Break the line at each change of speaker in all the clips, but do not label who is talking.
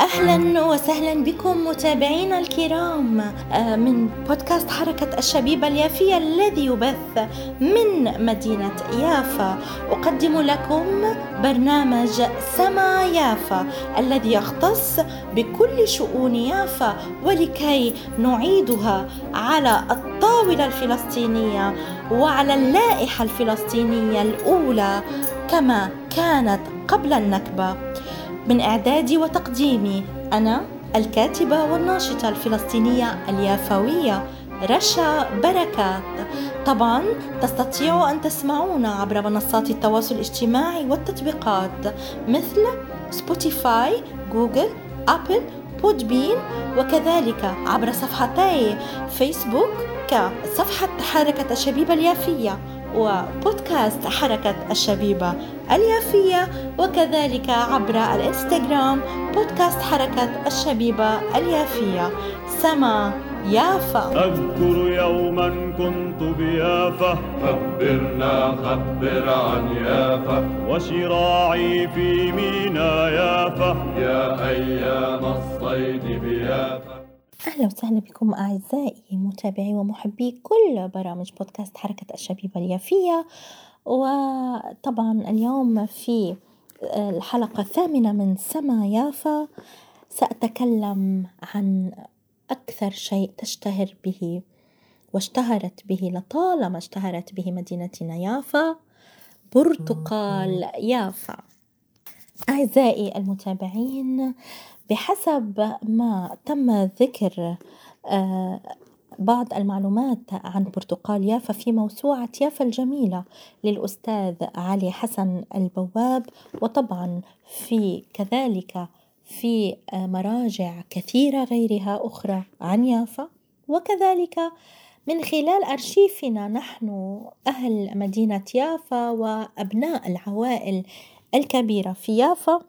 أهلا وسهلا بكم متابعينا الكرام من بودكاست حركة الشبيبة اليافية الذي يبث من مدينة يافا. أقدم لكم برنامج سما يافا الذي يختص بكل شؤون يافا، ولكي نعيدها على الطاولة الفلسطينية وعلى اللائحة الفلسطينية الأولى كما كانت قبل النكبة. من إعدادي وتقديمي أنا الكاتبة والناشطة الفلسطينية اليافوية رشا بركات. طبعا تستطيعوا أن تسمعونا عبر منصات التواصل الاجتماعي والتطبيقات مثل سبوتيفاي، جوجل، أبل، بودبين، وكذلك عبر صفحتي فيسبوك كصفحة حركة الشبيبة اليافية وبودكاست حركة الشبيبة اليافية، وكذلك عبر الانستغرام بودكاست حركة الشبيبة اليافية. سما يافا.
أذكر يوما كنت بيافا،
خبر عن يافا،
وشراعي في مينا يافا،
يا أيام الصيد بيافا.
أهلا وسهلا بكم أعزائي متابعي ومحبي كل برامج بودكاست حركة الشبيبة اليافية. وطبعا اليوم في الحلقة الثامنة من سما يافا سأتكلم عن أكثر شيء تشتهر به واشتهرت به لطالما اشتهرت به مدينتنا يافا، برتقال يافا. أعزائي المتابعين، بحسب ما تم ذكر بعض المعلومات عن برتقال يافا في موسوعة يافا الجميلة للأستاذ علي حسن البواب، وطبعا في كذلك في مراجع كثيرة غيرها أخرى عن يافا، وكذلك من خلال أرشيفنا نحن أهل مدينة يافا وأبناء العوائل الكبيرة في يافا.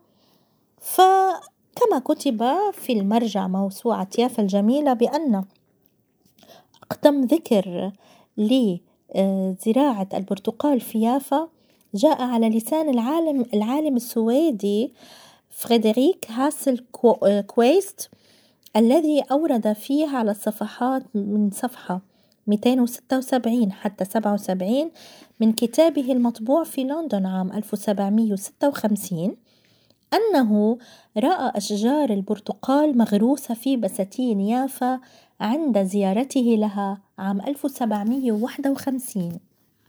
فكما كتب في المرجع موسوعة يافا الجميلة بأن أقدم ذكر لزراعة البرتقال في يافا جاء على لسان العالم السويدي فريدريك هاسل كويست، الذي أورد فيه على الصفحات من صفحة 276 حتى 77 من كتابه المطبوع في لندن عام 1756 أنه رأى أشجار البرتقال مغروسة في بساتين يافا عند زيارته لها عام 1751،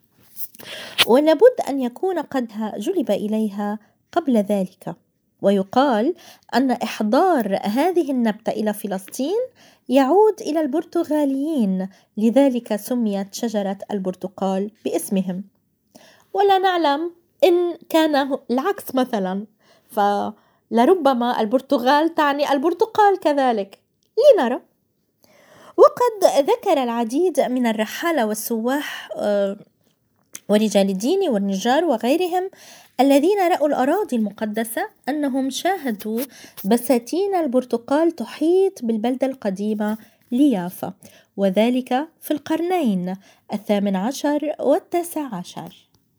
ولابد أن يكون قد جلب إليها قبل ذلك. ويقال أن إحضار هذه النبتة إلى فلسطين يعود إلى البرتغاليين، لذلك سميت شجرة البرتقال باسمهم. ولا نعلم إن كان العكس مثلا، فلربما البرتغال تعني البرتقال كذلك، لنرى. وقد ذكر العديد من الرحالة والسواح ورجال الدين والنجار وغيرهم الذين رأوا الأراضي المقدسة أنهم شاهدوا بساتين البرتقال تحيط بالبلدة القديمة ليافا، وذلك في القرنين 18 و19.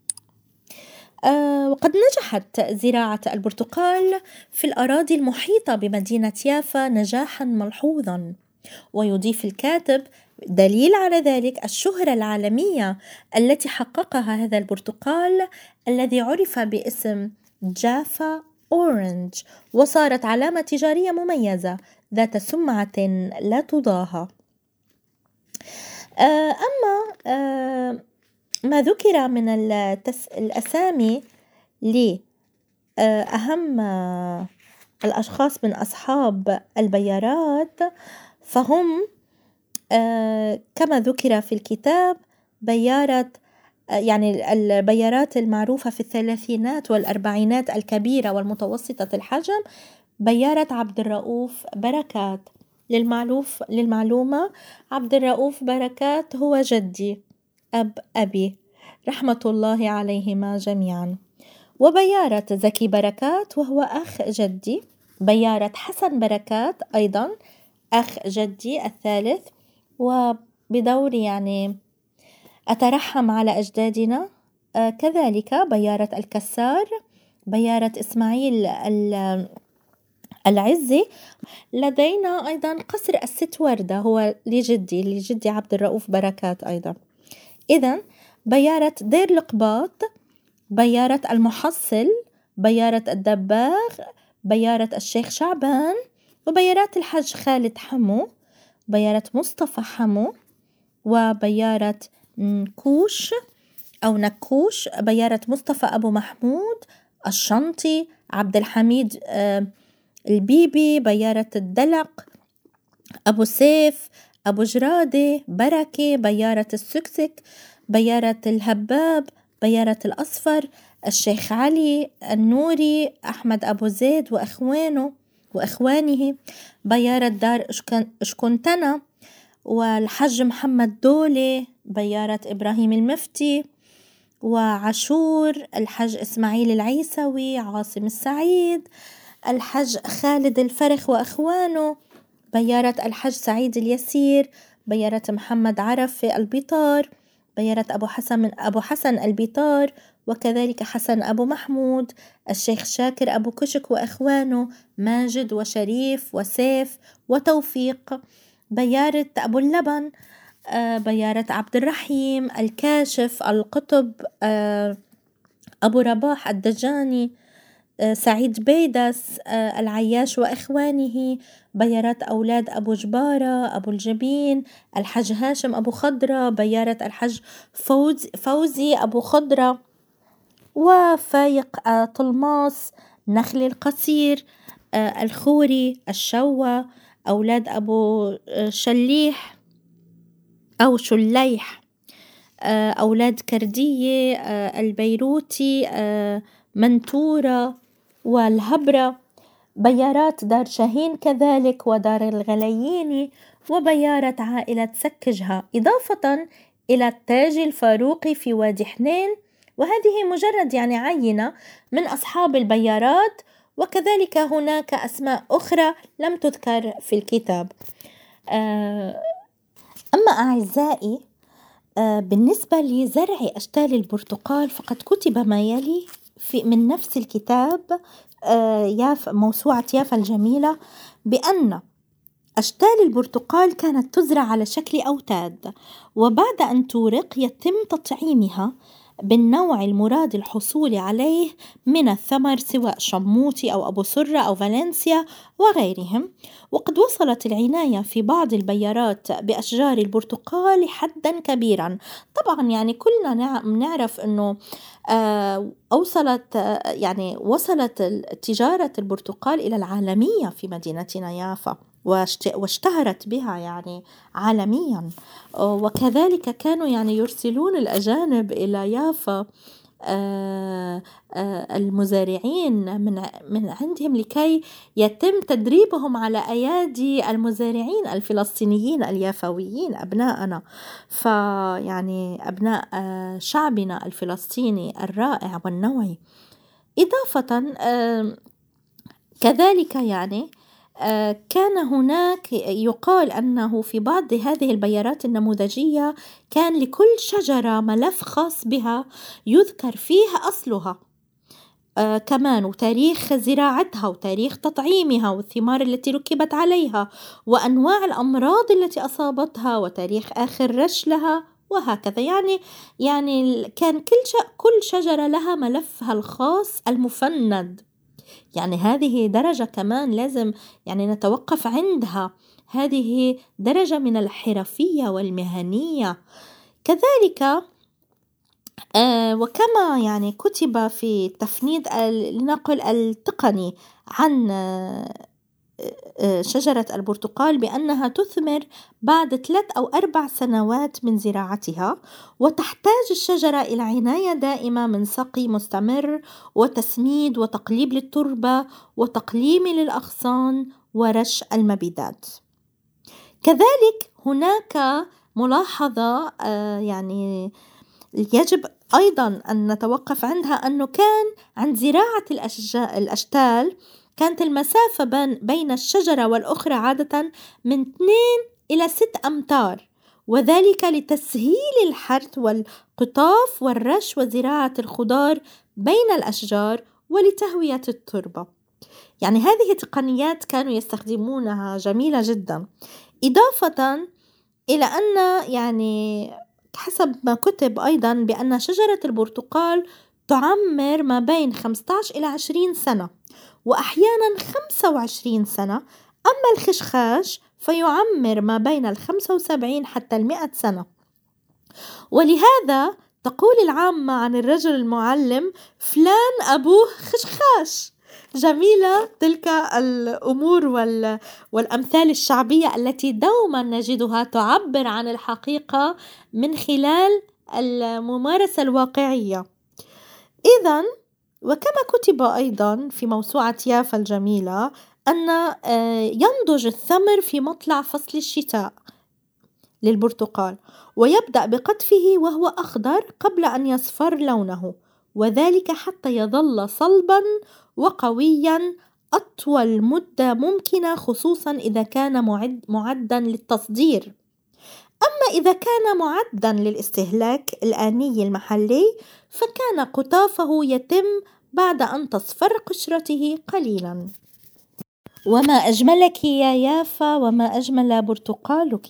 وقد نجحت زراعة البرتقال في الأراضي المحيطة بمدينة يافا نجاحا ملحوظا. ويضيف الكاتب دليل على ذلك الشهرة العالمية التي حققها هذا البرتقال الذي عرف باسم جافا أورنج، وصارت علامة تجارية مميزة ذات سمعة لا تضاهى. أما ما ذكر من الأسامي لأهم الأشخاص من أصحاب البيارات، فهم كما ذكر في الكتاب بيارة، يعني البيارات المعروفة في الثلاثينات والأربعينات الكبيرة والمتوسطة الحجم، بيارة عبد الرؤوف بركات. للمعلومة عبد الرؤوف بركات هو جدي، أبي رحمة الله عليهما جميعا. وبيارة زكي بركات وهو أخ جدي، بيارة حسن بركات أيضا أخ جدي الثالث، وبدور يعني أترحم على أجدادنا. كذلك بيارة الكسار، بيارة إسماعيل العزي. لدينا أيضا قصر الست وردة، هو لجدي عبد الرؤوف بركات أيضا. إذن بيارة دير القباط، بيارة المحصل، بيارة الدباغ، بيارة الشيخ شعبان، وبيارات الحج خالد حمو، بيارة مصطفى حمو، وبيارة نكوش أو نكوش، بيارة مصطفى أبو محمود الشنطي، عبد الحميد البيبي، بيارة الدلق، أبو سيف، أبو جرادة، بركة، بيارة السكسك، بيارة الهباب، بيارة الأصفر، الشيخ علي النوري، أحمد أبو زيد وأخوانه، بيارة دار إشكنتنا، والحج محمد دولة، بيارة إبراهيم المفتي، وعاشور، الحج إسماعيل العيسوي، عاصم السعيد، الحج خالد الفرخ وأخوانه، بيارة الحج سعيد اليسير، بيارة محمد عرفة البيطار، بيارة أبو حسن البيطار، وكذلك حسن أبو محمود، الشيخ شاكر أبو كشك وأخوانه، ماجد وشريف وسيف وتوفيق، بيارة أبو اللبن، بيارة عبد الرحيم الكاشف القطب، أبو رباح الدجاني، سعيد بيدس العياش وإخوانه، بيارات أولاد أبو جبارة، أبو الجبين، الحج هاشم أبو خضرة، بيارة الحج فوزي أبو خضرة، وفايق طلماس، نخل القصير، الخوري، الشوى، أولاد أبو شليح أو شليح، أولاد كردية، البيروتي، منتورة والهبرة، بيارات دار شاهين كذلك، ودار الغلييني، وبيارة عائلة سكجها، إضافة إلى التاج الفاروقي في وادي حنين. وهذه مجرد عينة من أصحاب البيارات، وكذلك هناك أسماء أخرى لم تذكر في الكتاب. أما أعزائي، بالنسبة لزرع أشتال البرتقال فقد كتب ما يلي من نفس الكتاب موسوعة يافا الجميلة، بأن أشتال البرتقال كانت تزرع على شكل أوتاد، وبعد أن تورق يتم تطعيمها بالنوع المراد الحصول عليه من الثمر، سواء شموتي أو أبو سرة أو فالنسيا وغيرهم. وقد وصلت العناية في بعض البيارات بأشجار البرتقال حدا كبيرا. طبعا كلنا نعرف أنه وصلت تجارة البرتقال إلى العالمية في مدينتنا يافا، واشتهرت بها عالميا، وكذلك كانوا يرسلون الأجانب إلى يافا المزارعين من عندهم لكي يتم تدريبهم على أيادي المزارعين الفلسطينيين اليافويين أبناءنا، أبناء شعبنا الفلسطيني الرائع والنوعي. إضافة كذلك كان هناك يقال أنه في بعض هذه البيارات النموذجية كان لكل شجرة ملف خاص بها يذكر فيه أصلها كمان، وتاريخ زراعتها، وتاريخ تطعيمها، والثمار التي ركبت عليها، وأنواع الأمراض التي أصابتها، وتاريخ آخر رش لها، وهكذا. كان كل شجرة لها ملفها الخاص المفند. هذه درجة كمان لازم نتوقف عندها، هذه درجة من الحرفية والمهنية. كذلك وكما كتب في تفنيد لنقل التقني عن شجرة البرتقال بأنها تثمر بعد 3 أو 4 سنوات من زراعتها، وتحتاج الشجرة إلى عناية دائمة من سقي مستمر وتسميد وتقليب للتربة وتقليم للأغصان ورش المبيدات. كذلك هناك ملاحظة يجب أيضا أن نتوقف عندها، أنه كان عند زراعة الأشتال كانت المسافة بين الشجرة والأخرى عادة من 2 إلى 6 أمتار، وذلك لتسهيل الحرث والقطاف والرش وزراعة الخضار بين الأشجار ولتهوية التربة. يعني هذه تقنيات كانوا يستخدمونها جميلة جدا، إضافة إلى أن يعني حسب ما كتب أيضا بأن شجرة البرتقال تعمر ما بين 15 إلى 20 سنة وأحيانا 25 سنة، أما الخشخاش فيعمر ما بين 75 حتى 100 سنة. ولهذا تقول العامة عن الرجل المعلم فلان أبوه خشخاش. جميلة تلك الأمور والأمثال الشعبية التي دوما نجدها تعبر عن الحقيقة من خلال الممارسة الواقعية. إذن وكما كتب أيضا في موسوعة يافا الجميلة أن ينضج الثمر في مطلع فصل الشتاء للبرتقال، ويبدأ بقطفه وهو أخضر قبل أن يصفر لونه، وذلك حتى يظل صلبا وقويا أطول مدة ممكنة، خصوصا إذا كان معدا للتصدير. أما إذا كان معدا للاستهلاك الآني المحلي فكان قطافه يتم بعد أن تصفر قشرته قليلا. وما أجملك يا يافا وما أجمل برتقالك.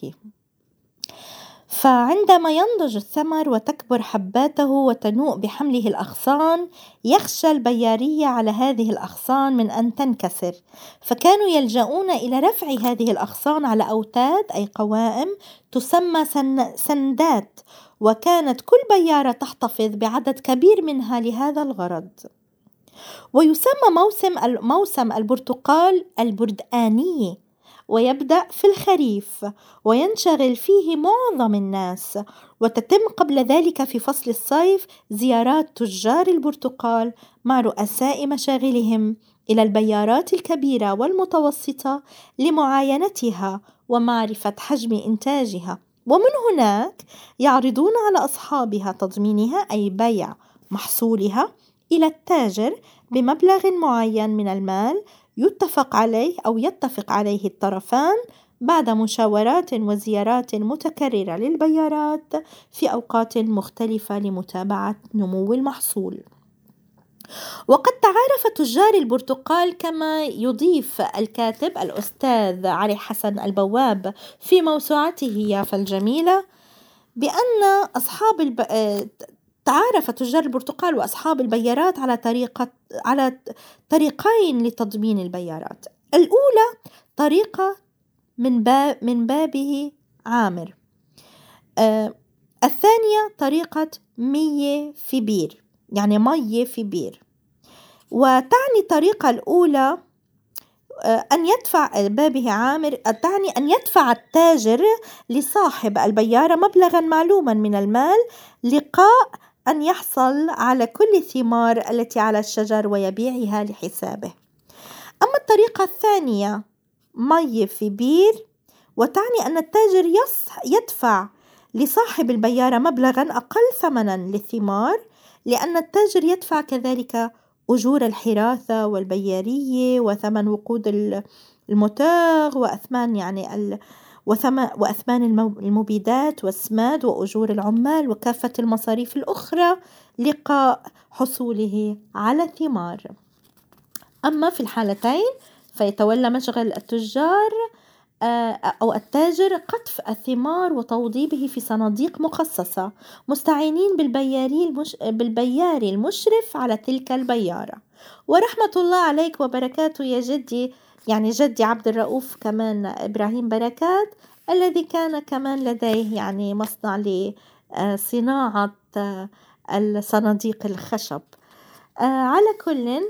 فعندما ينضج الثمر وتكبر حباته وتنوء بحمله الأغصان، يخشى البيارية على هذه الأغصان من أن تنكسر، فكانوا يلجؤون إلى رفع هذه الأغصان على أوتاد أي قوائم تسمى سندات، وكانت كل بيارة تحتفظ بعدد كبير منها لهذا الغرض. ويسمى موسم البرتقال البردآني، ويبدأ في الخريف وينشغل فيه معظم الناس، وتتم قبل ذلك في فصل الصيف زيارات تجار البرتقال مع رؤساء مشاغلهم إلى البيارات الكبيرة والمتوسطة لمعاينتها ومعرفة حجم إنتاجها، ومن هناك يعرضون على أصحابها تضمينها أي بيع محصولها إلى التاجر بمبلغ معين من المال يتفق عليه الطرفان بعد مشاورات وزيارات متكررة للبيارات في أوقات مختلفة لمتابعة نمو المحصول. وقد تعارف تجار البرتقال كما يضيف الكاتب الأستاذ علي حسن البواب في موسوعته يافا الجميلة بأن تعارف تجار البرتقال وأصحاب البيارات على طريقين لتضمين البيارات. الأولى طريقة من بابه عامر، الثانية طريقة مية في بير، يعني مية في بير. وتعني الطريقة الأولى أن يدفع بابه عامر، تعني أن يدفع التاجر لصاحب البيارة مبلغا معلوما من المال لقاء أن يحصل على كل الثمار التي على الشجر ويبيعها لحسابه. أما الطريقة الثانية مية في بير، وتعني أن التاجر يدفع لصاحب البيارة مبلغا أقل ثمنا للثمار، لأن التاجر يدفع كذلك أجور الحراثة والبيارية وثمن وقود المتاغ وأثمان المبيدات والسماد وأجور العمال وكافة المصاريف الأخرى لقاء حصوله على الثمار. أما في الحالتين فيتولى مشغل التجار أو التاجر قطف الثمار وتوضيبه في صناديق مخصصة، مستعينين بالبيار المشرف على تلك البيارة. ورحمة الله عليك وبركاته يا جدي، يعني جدي عبد الرؤوف كمان إبراهيم بركات، الذي كان كمان لديه يعني مصنع لصناعة الصناديق الخشب. على كل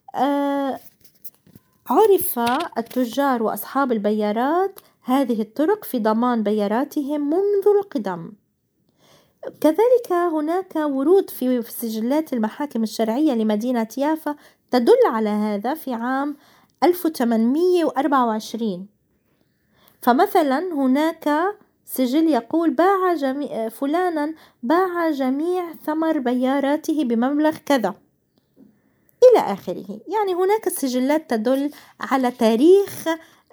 عرف التجار وأصحاب البيارات هذه الطرق في ضمان بياراتهم منذ القدم. كذلك هناك ورود في سجلات المحاكم الشرعية لمدينة يافا تدل على هذا في عام 1824. فمثلا هناك سجل يقول فلانا باع جميع ثمر بياراته بمبلغ كذا إلى آخره. يعني هناك سجلات تدل على تاريخ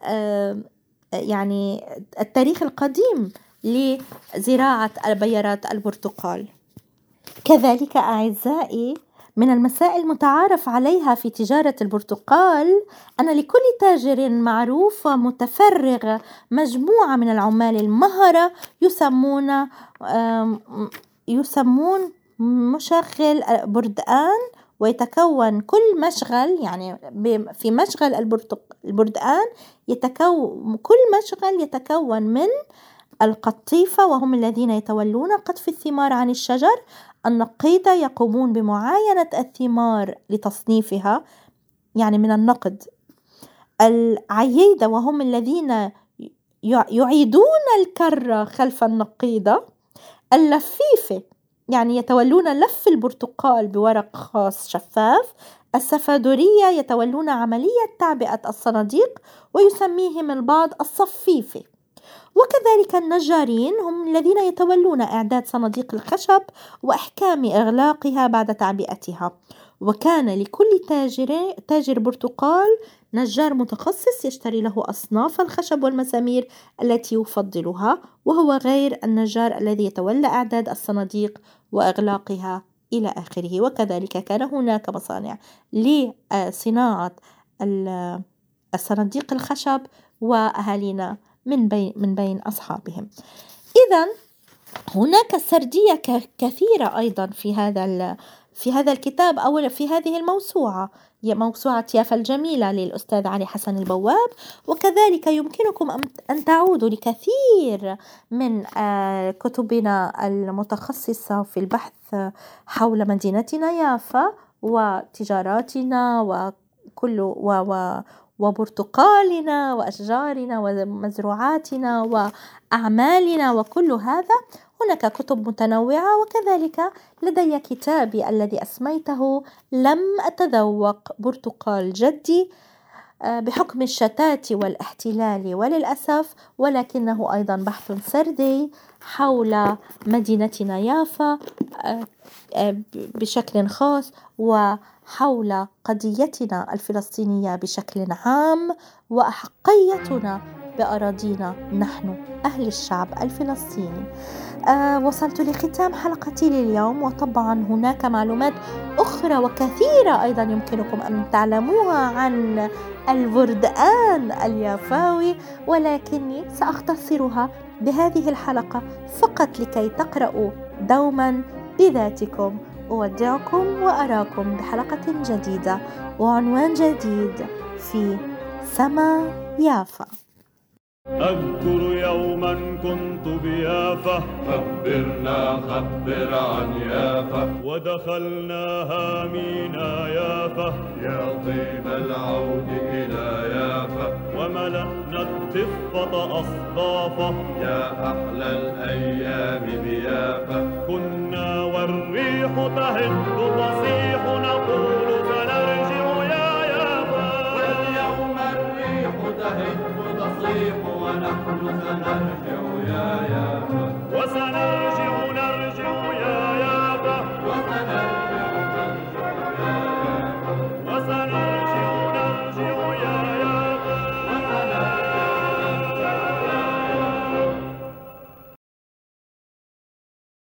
يعني التاريخ القديم لزراعة بيارات البرتقال. كذلك أعزائي من المسائل المتعارف عليها في تجارة البرتقال أن لكل تاجر معروف متفرغ مجموعة من العمال المهرة يسمون مشغل بردقان، ويتكون كل مشغل يعني في مشغل البردقان كل مشغل يتكون من القطيفة وهم الذين يتولون قطف الثمار عن الشجر، النقيضة يقومون بمعاينة الثمار لتصنيفها يعني من النقد، العييدة وهم الذين يعيدون الكرة خلف النقيضة، اللفيفة يعني يتولون لف البرتقال بورق خاص شفاف، السفادورية يتولون عملية تعبئة الصناديق ويسميهم البعض الصفيفة، وكذلك النجارين هم الذين يتولون إعداد صناديق الخشب وإحكام إغلاقها بعد تعبئتها. وكان لكل تاجر برتقال نجار متخصص يشتري له أصناف الخشب والمسامير التي يفضلها، وهو غير النجار الذي يتولى إعداد الصناديق وإغلاقها إلى آخره. وكذلك كان هناك مصانع لصناعة الصناديق الخشب وأهالينا من بين أصحابهم. إذن هناك سردية كثيرة أيضا في هذا الكتاب أو في هذه الموسوعة، هي موسوعة يافا الجميلة للأستاذ علي حسن البواب. وكذلك يمكنكم أن تعودوا لكثير من كتبنا المتخصصة في البحث حول مدينتنا يافا وتجاراتنا وبرتقالنا وأشجارنا ومزروعاتنا وأعمالنا وكل هذا. هناك كتب متنوعة، وكذلك لدي كتابي الذي أسميته لم أتذوق برتقال جدي بحكم الشتات والاحتلال وللأسف، ولكنه أيضا بحث سردي حول مدينتنا يافا بشكل خاص وحول قضيتنا الفلسطينية بشكل عام وأحقيتنا بأراضينا نحن أهل الشعب الفلسطيني. وصلت لختام حلقتي لليوم، وطبعا هناك معلومات أخرى وكثيرة أيضا يمكنكم أن تعلموها عن البردقان اليافاوي، ولكني سأختصرها بهذه الحلقة فقط لكي تقرأوا دوما بذاتكم. أودعكم وأراكم بحلقة جديدة وعنوان جديد في سما يافا.
أذكر يوما كنت بيافا،
خبر عن يافا،
ودخلناها مينا يافا،
يا طيب العود إلى يافا،
وملأنا الضفة أصدافا،
يا أحلى الأيام بيافا،
كنا والريح تهد تصيح نقول سنرجع يا يافا،
واليوم الريح تهد تصيح ونحن سنرجع يا يافا.